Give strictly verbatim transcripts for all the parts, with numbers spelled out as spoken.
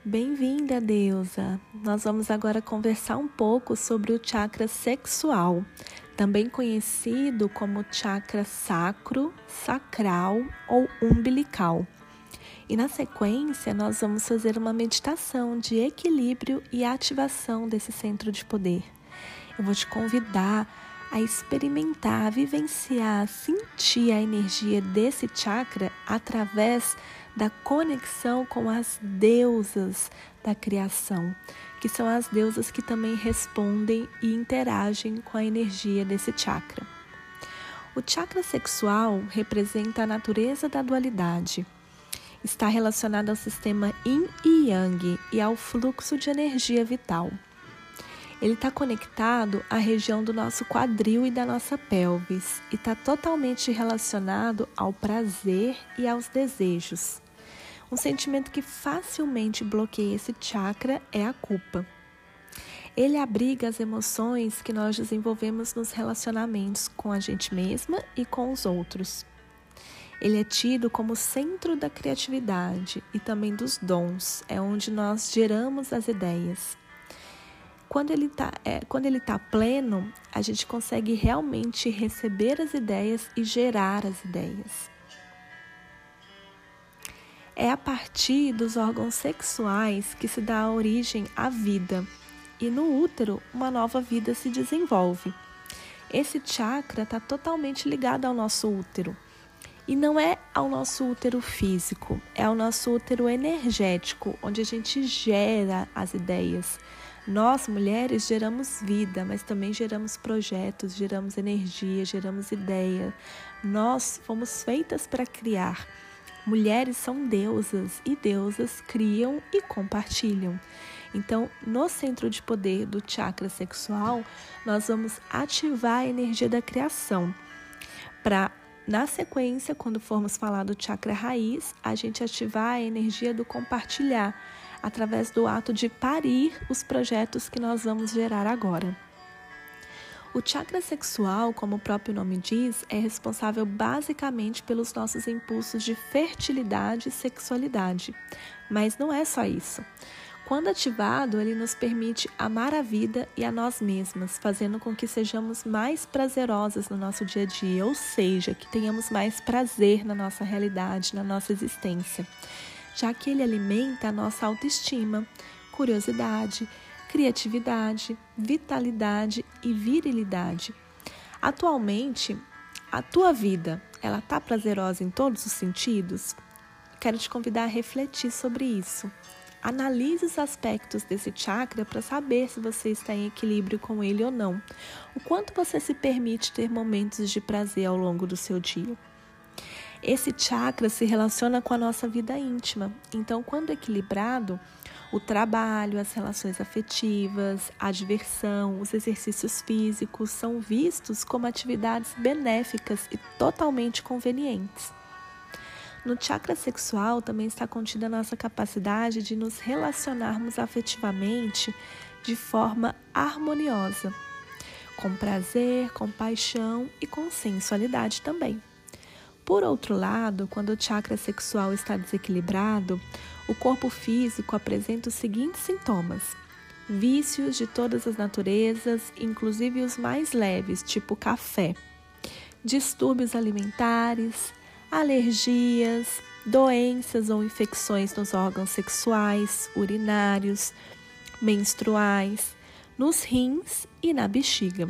Bem-vinda, deusa! Nós vamos agora conversar um pouco sobre o chakra sexual, também conhecido como chakra sacro, sacral ou umbilical. E na sequência, nós vamos fazer uma meditação de equilíbrio e ativação desse centro de poder. Eu vou te convidar a experimentar, a vivenciar, a sentir a energia desse chakra através da conexão com as deusas da criação, que são as deusas que também respondem e interagem com a energia desse chakra. O chakra sexual representa a natureza da dualidade. Está relacionado ao sistema Yin e Yang e ao fluxo de energia vital. Ele está conectado à região do nosso quadril e da nossa pelvis e está totalmente relacionado ao prazer e aos desejos. Um sentimento que facilmente bloqueia esse chakra é a culpa. Ele abriga as emoções que nós desenvolvemos nos relacionamentos com a gente mesma e com os outros. Ele é tido como centro da criatividade e também dos dons, é onde nós geramos as ideias. Quando ele está é, quando ele tá pleno, a gente consegue realmente receber as ideias e gerar as ideias. É a partir dos órgãos sexuais que se dá origem à vida. E no útero, uma nova vida se desenvolve. Esse chakra está totalmente ligado ao nosso útero. E não é ao nosso útero físico, é ao nosso útero energético, onde a gente gera as ideias. Nós, mulheres, geramos vida, mas também geramos projetos, geramos energia, geramos ideia. Nós fomos feitas para criar. Mulheres são deusas e deusas criam e compartilham. Então, no centro de poder do chakra sexual, nós vamos ativar a energia da criação. Para, na sequência, quando formos falar do chakra raiz, a gente ativar a energia do compartilhar, através do ato de parir os projetos que nós vamos gerar agora. O chakra sexual, como o próprio nome diz, é responsável basicamente pelos nossos impulsos de fertilidade e sexualidade. Mas não é só isso. Quando ativado, ele nos permite amar a vida e a nós mesmas, fazendo com que sejamos mais prazerosas no nosso dia a dia, ou seja, que tenhamos mais prazer na nossa realidade, na nossa existência, já que ele alimenta a nossa autoestima, curiosidade, criatividade, vitalidade e virilidade. Atualmente, a tua vida, ela está prazerosa em todos os sentidos? Quero te convidar a refletir sobre isso. Analise os aspectos desse chakra para saber se você está em equilíbrio com ele ou não. O quanto você se permite ter momentos de prazer ao longo do seu dia. Esse chakra se relaciona com a nossa vida íntima. Então, quando equilibrado, o trabalho, as relações afetivas, a diversão, os exercícios físicos são vistos como atividades benéficas e totalmente convenientes. No chakra sexual também está contida a nossa capacidade de nos relacionarmos afetivamente de forma harmoniosa, com prazer, com paixão e com sensualidade também. Por outro lado, quando o chakra sexual está desequilibrado, o corpo físico apresenta os seguintes sintomas: vícios de todas as naturezas, inclusive os mais leves, tipo café, distúrbios alimentares, alergias, doenças ou infecções nos órgãos sexuais, urinários, menstruais, nos rins e na bexiga.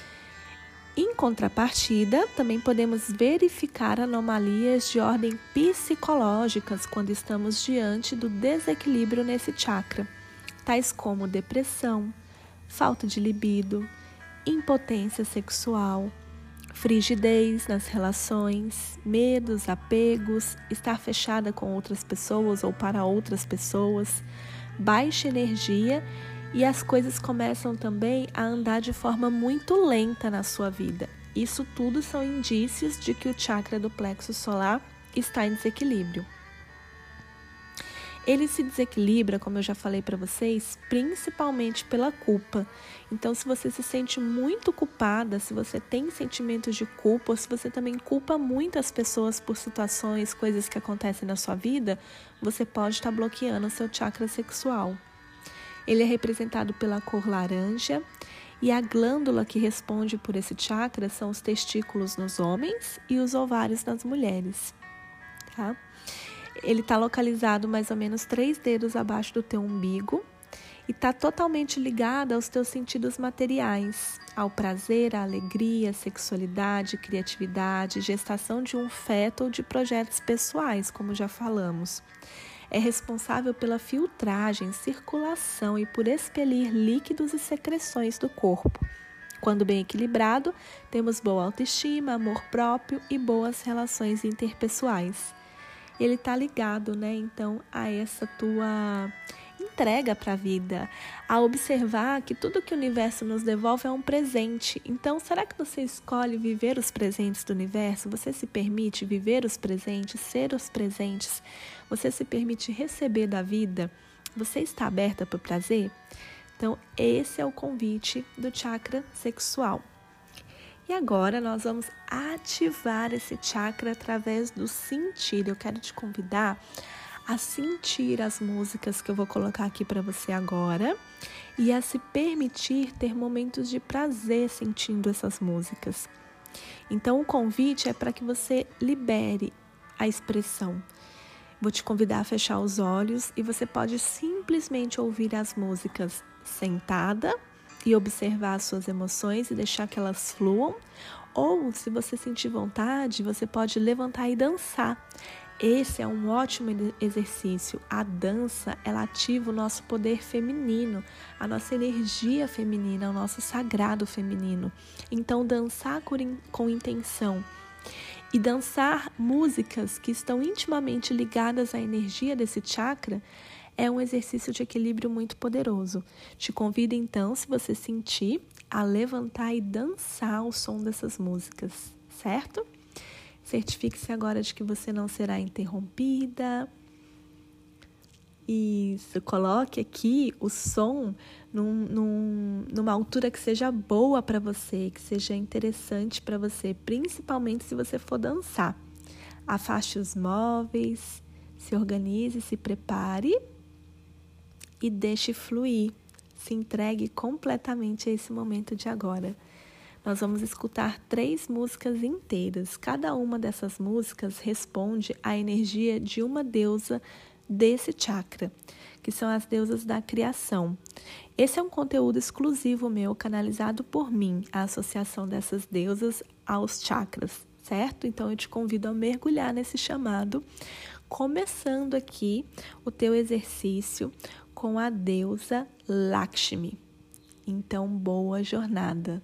Em contrapartida, também podemos verificar anomalias de ordem psicológicas quando estamos diante do desequilíbrio nesse chakra, tais como depressão, falta de libido, impotência sexual, frigidez nas relações, medos, apegos, estar fechada com outras pessoas ou para outras pessoas, baixa energia. E as coisas começam também a andar de forma muito lenta na sua vida. Isso tudo são indícios de que o chakra do plexo solar está em desequilíbrio. Ele se desequilibra, como eu já falei para vocês, principalmente pela culpa. Então, se você se sente muito culpada, se você tem sentimentos de culpa, ou se você também culpa muitas pessoas por situações, coisas que acontecem na sua vida, você pode estar bloqueando o seu chakra sexual. Ele é representado pela cor laranja e a glândula que responde por esse chakra são os testículos nos homens e os ovários nas mulheres, tá? Ele está localizado mais ou menos três dedos abaixo do teu umbigo e está totalmente ligado aos teus sentidos materiais, ao prazer, à alegria, sexualidade, criatividade, gestação de um feto ou de projetos pessoais, como já falamos. É responsável pela filtragem, circulação e por expelir líquidos e secreções do corpo. Quando bem equilibrado, temos boa autoestima, amor próprio e boas relações interpessoais. Ele está ligado, né, então, a essa tua entrega para a vida, a observar que tudo que o universo nos devolve é um presente. Então, será que você escolhe viver os presentes do universo? Você se permite viver os presentes, ser os presentes? Você se permite receber da vida? Você está aberta para o prazer? Então, esse é o convite do chakra sexual. E agora nós vamos ativar esse chakra através do sentir. Eu quero te convidar a sentir as músicas que eu vou colocar aqui para você agora e a se permitir ter momentos de prazer sentindo essas músicas. Então, o convite é para que você libere a expressão. Vou te convidar a fechar os olhos e você pode simplesmente ouvir as músicas sentada e observar as suas emoções e deixar que elas fluam. Ou, se você sentir vontade, você pode levantar e dançar. Esse é um ótimo exercício. A dança, ela ativa o nosso poder feminino, a nossa energia feminina, o nosso sagrado feminino. Então, dançar com intenção e dançar músicas que estão intimamente ligadas à energia desse chakra é um exercício de equilíbrio muito poderoso. Te convido então, se você sentir, a levantar e dançar ao som dessas músicas, certo? Certifique-se agora de que você não será interrompida. Isso, coloque aqui o som num, num, numa altura que seja boa para você, que seja interessante para você, principalmente se você for dançar. Afaste os móveis, se organize, se prepare e deixe fluir. Se entregue completamente a esse momento de agora. Nós vamos escutar três músicas inteiras. Cada uma dessas músicas responde à energia de uma deusa desse chakra, que são as deusas da criação. Esse é um conteúdo exclusivo meu, canalizado por mim, a associação dessas deusas aos chakras, certo? Então eu te convido a mergulhar nesse chamado, começando aqui o teu exercício com a deusa Lakshmi. Então, boa jornada!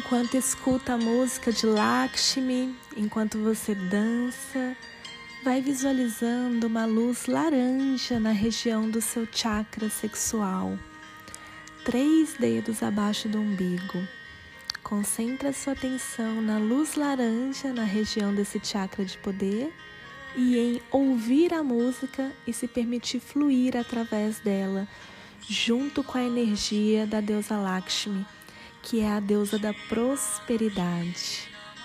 enquanto escuta a música de Lakshmi, enquanto você dança, vai visualizando uma luz laranja na região do seu chakra sexual, três dedos abaixo do umbigo. Concentra sua atenção na luz laranja na região desse chakra de poder e em ouvir a música e se permitir fluir através dela, junto com a energia da deusa Lakshmi, que é a deusa da prosperidade.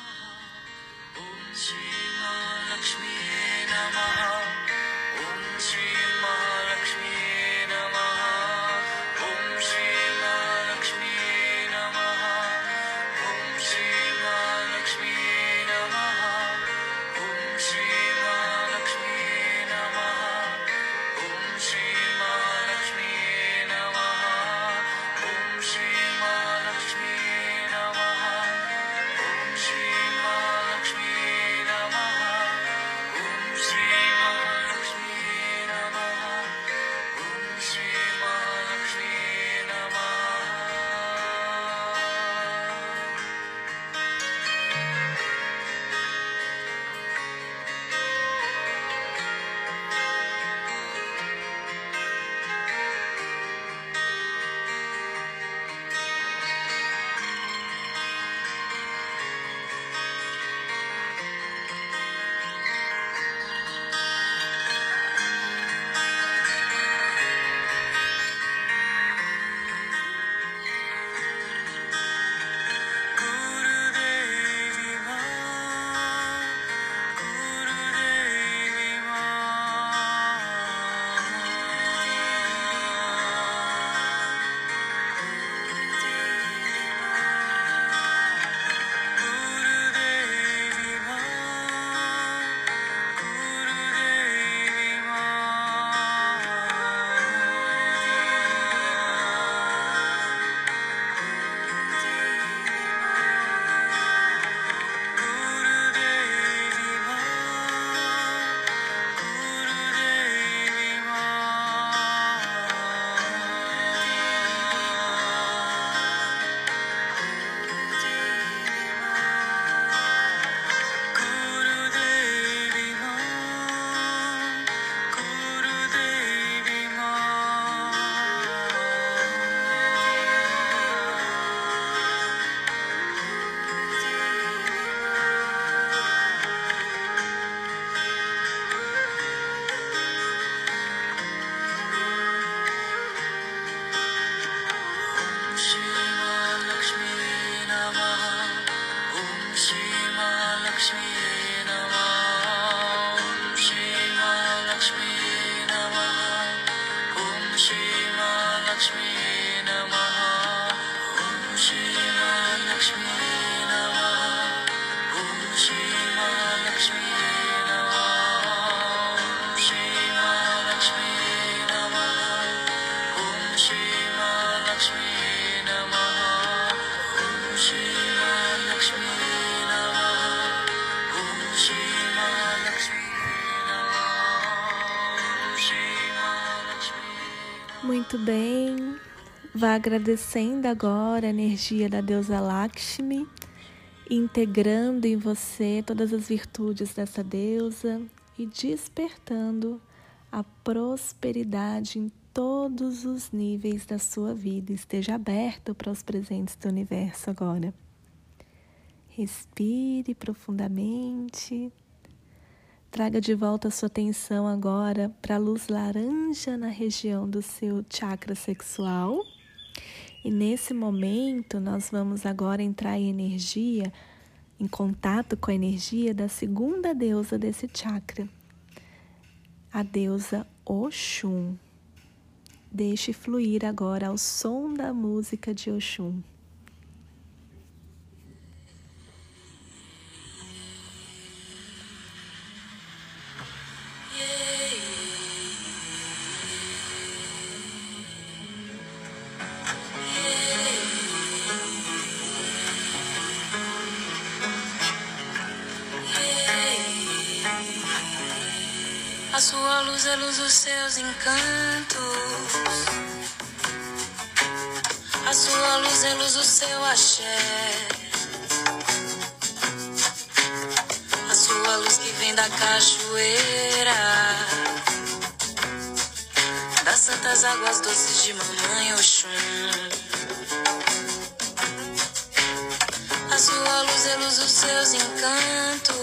Muito bem, vá agradecendo agora a energia da deusa Lakshmi, integrando em você todas as virtudes dessa deusa e despertando a prosperidade em todos os níveis da sua vida. Esteja aberto para os presentes do universo agora. Respire profundamente. Traga de volta a sua atenção agora para a luz laranja na região do seu chakra sexual. E nesse momento nós vamos agora entrar em energia, em contato com a energia da segunda deusa desse chakra, a deusa Oxum. Deixe fluir agora ao som da música de Oxum. A sua luz é luz dos seus encantos. A sua luz é luz do seu axé. vem da cachoeira, das santas águas doces de mamãe Oxum. A sua luz reluz os seus encantos,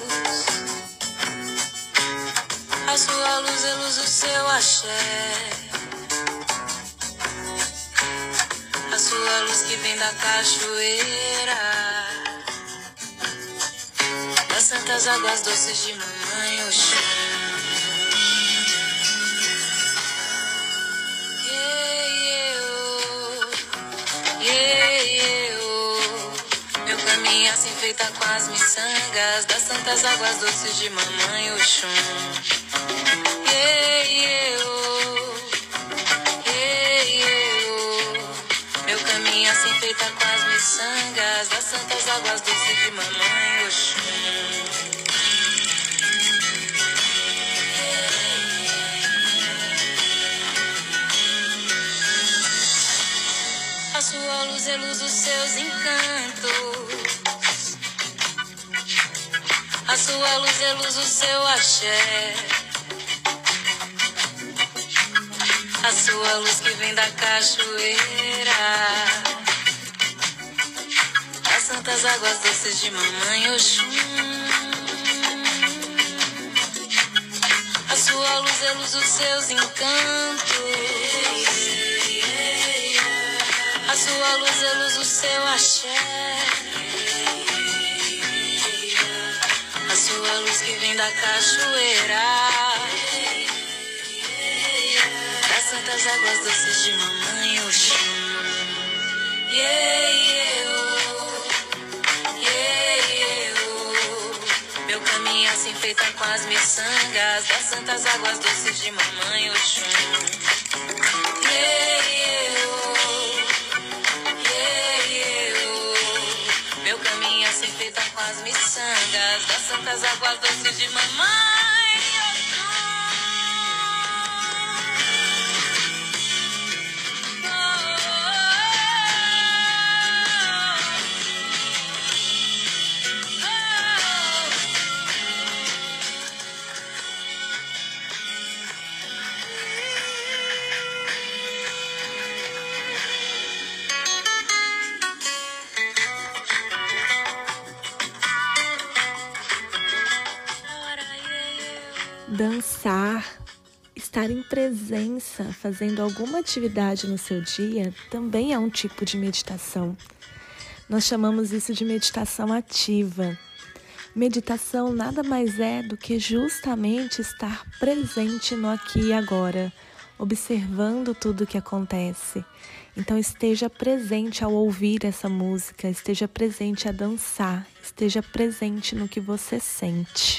a sua luz reluz o seu axé, a sua luz que vem da cachoeira, das santas águas doces de mamãe Oxum. Yeah, yeah, oh. Yeah, yeah, oh. Meu caminho assim feita com as miçangas das santas águas doces de mamãe Oxum. Yeah, yeah, oh. Yeah, yeah, oh. Meu caminho assim feita com as miçangas das santas águas doces de mamãe Oxum. A sua luz reluz os seus encantos, a sua luz reluz o seu axé, a sua luz que vem da cachoeira, das santas águas doces de mamãe Oxum. A sua luz reluz os seus encantos, a sua luz reluz o seu axé, a sua luz que vem da cachoeira, das santas águas doces de mamãe Oxum. Yeah, yeah, oh. Yeah, yeah, oh. Meu caminho assim feita com as miçangas das santas águas doces de mamãe Oxum. Yeah, yeah, oh. Yeah, yeah, oh. Meu caminho assim feita com as miçangas das santas águas doces de mamãe Oxum. Dançar, estar em presença, fazendo alguma atividade no seu dia, também é um tipo de meditação. Nós chamamos isso de meditação ativa. Meditação nada mais é do que justamente estar presente no aqui e agora, observando tudo o que acontece. Então esteja presente ao ouvir essa música, esteja presente a dançar, esteja presente no que você sente.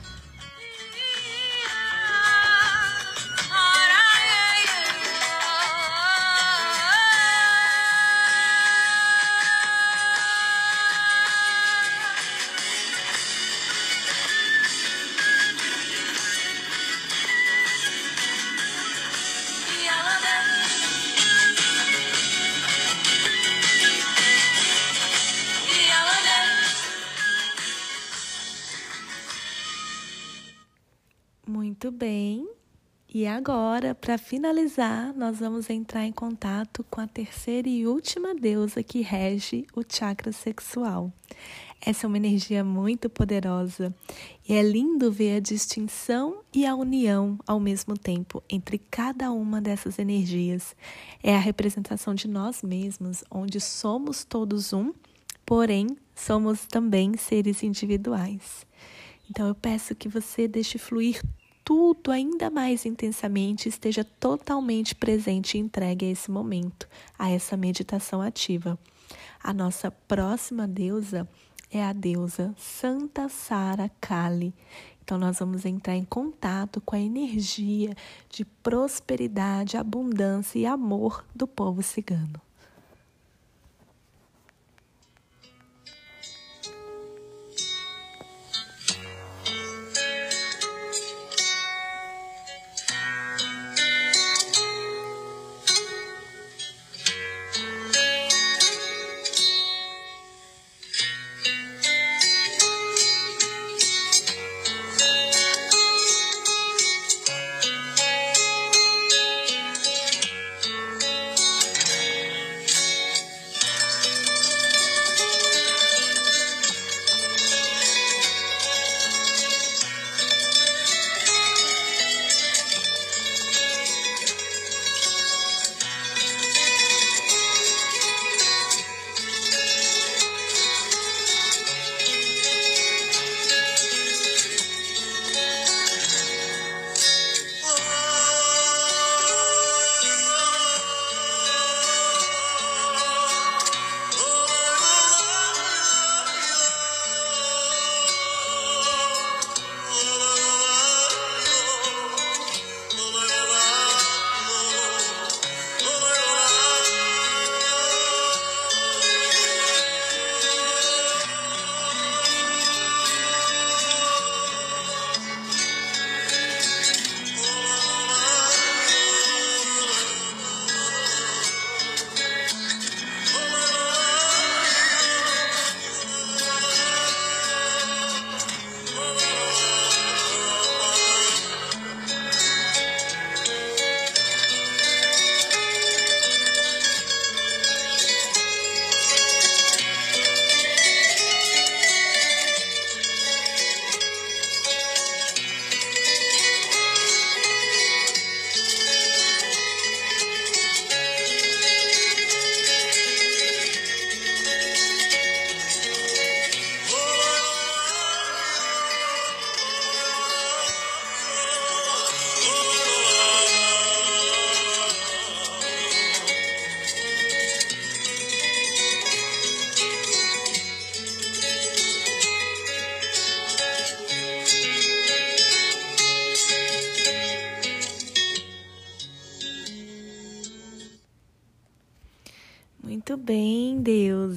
Muito bem, e agora, para finalizar, nós vamos entrar em contato com a terceira e última deusa que rege o chakra sexual. Essa é uma energia muito poderosa e é lindo ver a distinção e a união ao mesmo tempo entre cada uma dessas energias. É a representação de nós mesmos, onde somos todos um, porém somos também seres individuais. Então eu peço que você deixe fluir tudo ainda mais intensamente, esteja totalmente presente e entregue a esse momento, a essa meditação ativa. A nossa próxima deusa é a deusa Santa Sara Kali. Então nós vamos entrar em contato com a energia de prosperidade, abundância e amor do povo cigano.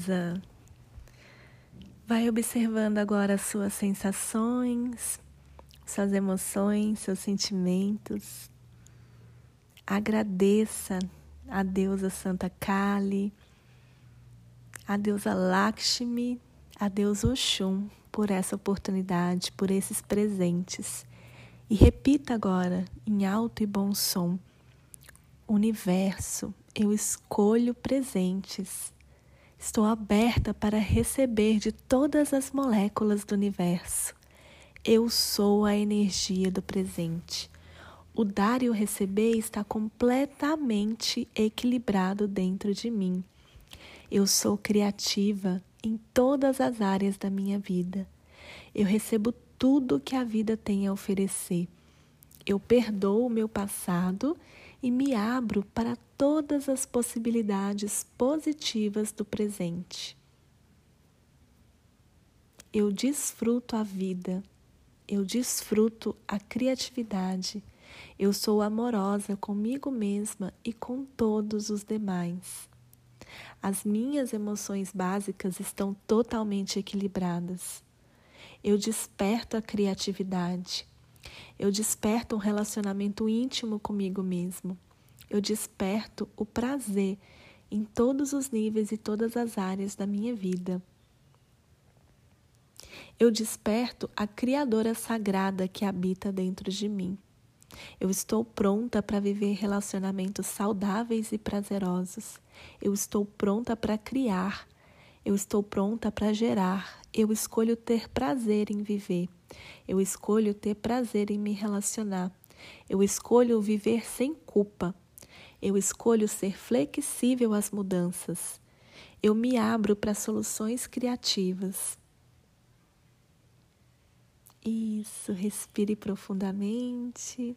beleza. Vai observando agora as suas sensações, suas emoções, seus sentimentos. Agradeça a deusa Santa Kali, a deusa Lakshmi, a deusa Oxum por essa oportunidade, por esses presentes. E repita agora, em alto e bom som: Universo, eu escolho presentes. Estou aberta para receber de todas as moléculas do universo. Eu sou a energia do presente. O dar e o receber está completamente equilibrado dentro de mim. Eu sou criativa em todas as áreas da minha vida. Eu recebo tudo que a vida tem a oferecer. Eu perdoo o meu passado e me abro para todas as possibilidades positivas do presente. Eu desfruto a vida, eu desfruto a criatividade, eu sou amorosa comigo mesma e com todos os demais. As minhas emoções básicas estão totalmente equilibradas. Eu desperto a criatividade. Eu desperto um relacionamento íntimo comigo mesmo. Eu desperto o prazer em todos os níveis e todas as áreas da minha vida. Eu desperto a Criadora Sagrada que habita dentro de mim. Eu estou pronta para viver relacionamentos saudáveis e prazerosos. Eu estou pronta para criar. Eu estou pronta para gerar. Eu escolho ter prazer em viver. Eu escolho ter prazer em me relacionar. Eu escolho viver sem culpa. Eu escolho ser flexível às mudanças. Eu me abro para soluções criativas. Isso, respire profundamente.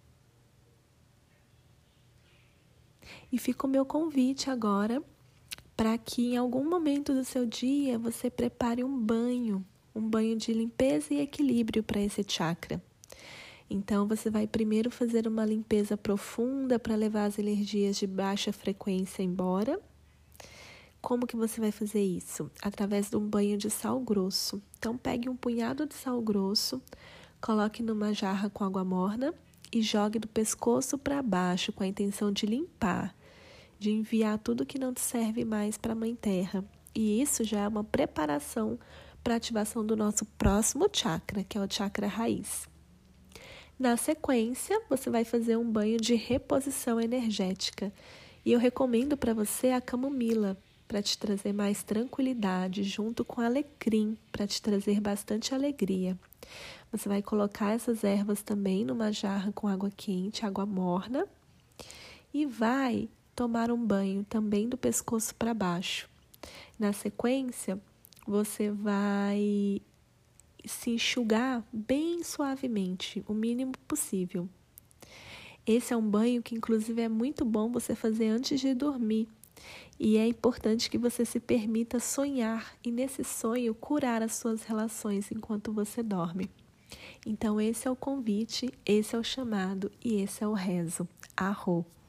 E fica o meu convite agora para que em algum momento do seu dia você prepare um banho, um banho de limpeza e equilíbrio para esse chakra. Então você vai primeiro fazer uma limpeza profunda para levar as energias de baixa frequência embora. Como que você vai fazer isso? Através de um banho de sal grosso. Então pegue um punhado de sal grosso, coloque numa jarra com água morna e jogue do pescoço para baixo com a intenção de limpar, de enviar tudo que não te serve mais para a Mãe Terra. E isso já é uma preparação para a ativação do nosso próximo chakra, que é o chakra raiz. Na sequência, você vai fazer um banho de reposição energética. E eu recomendo para você a camomila, para te trazer mais tranquilidade, junto com alecrim, para te trazer bastante alegria. Você vai colocar essas ervas também numa jarra com água quente, água morna, e vai tomar um banho também do pescoço para baixo. Na sequência, você vai se enxugar bem suavemente, o mínimo possível. Esse é um banho que, inclusive, é muito bom você fazer antes de dormir. E é importante que você se permita sonhar e, nesse sonho, curar as suas relações enquanto você dorme. Então, esse é o convite, esse é o chamado e esse é o rezo. Arro!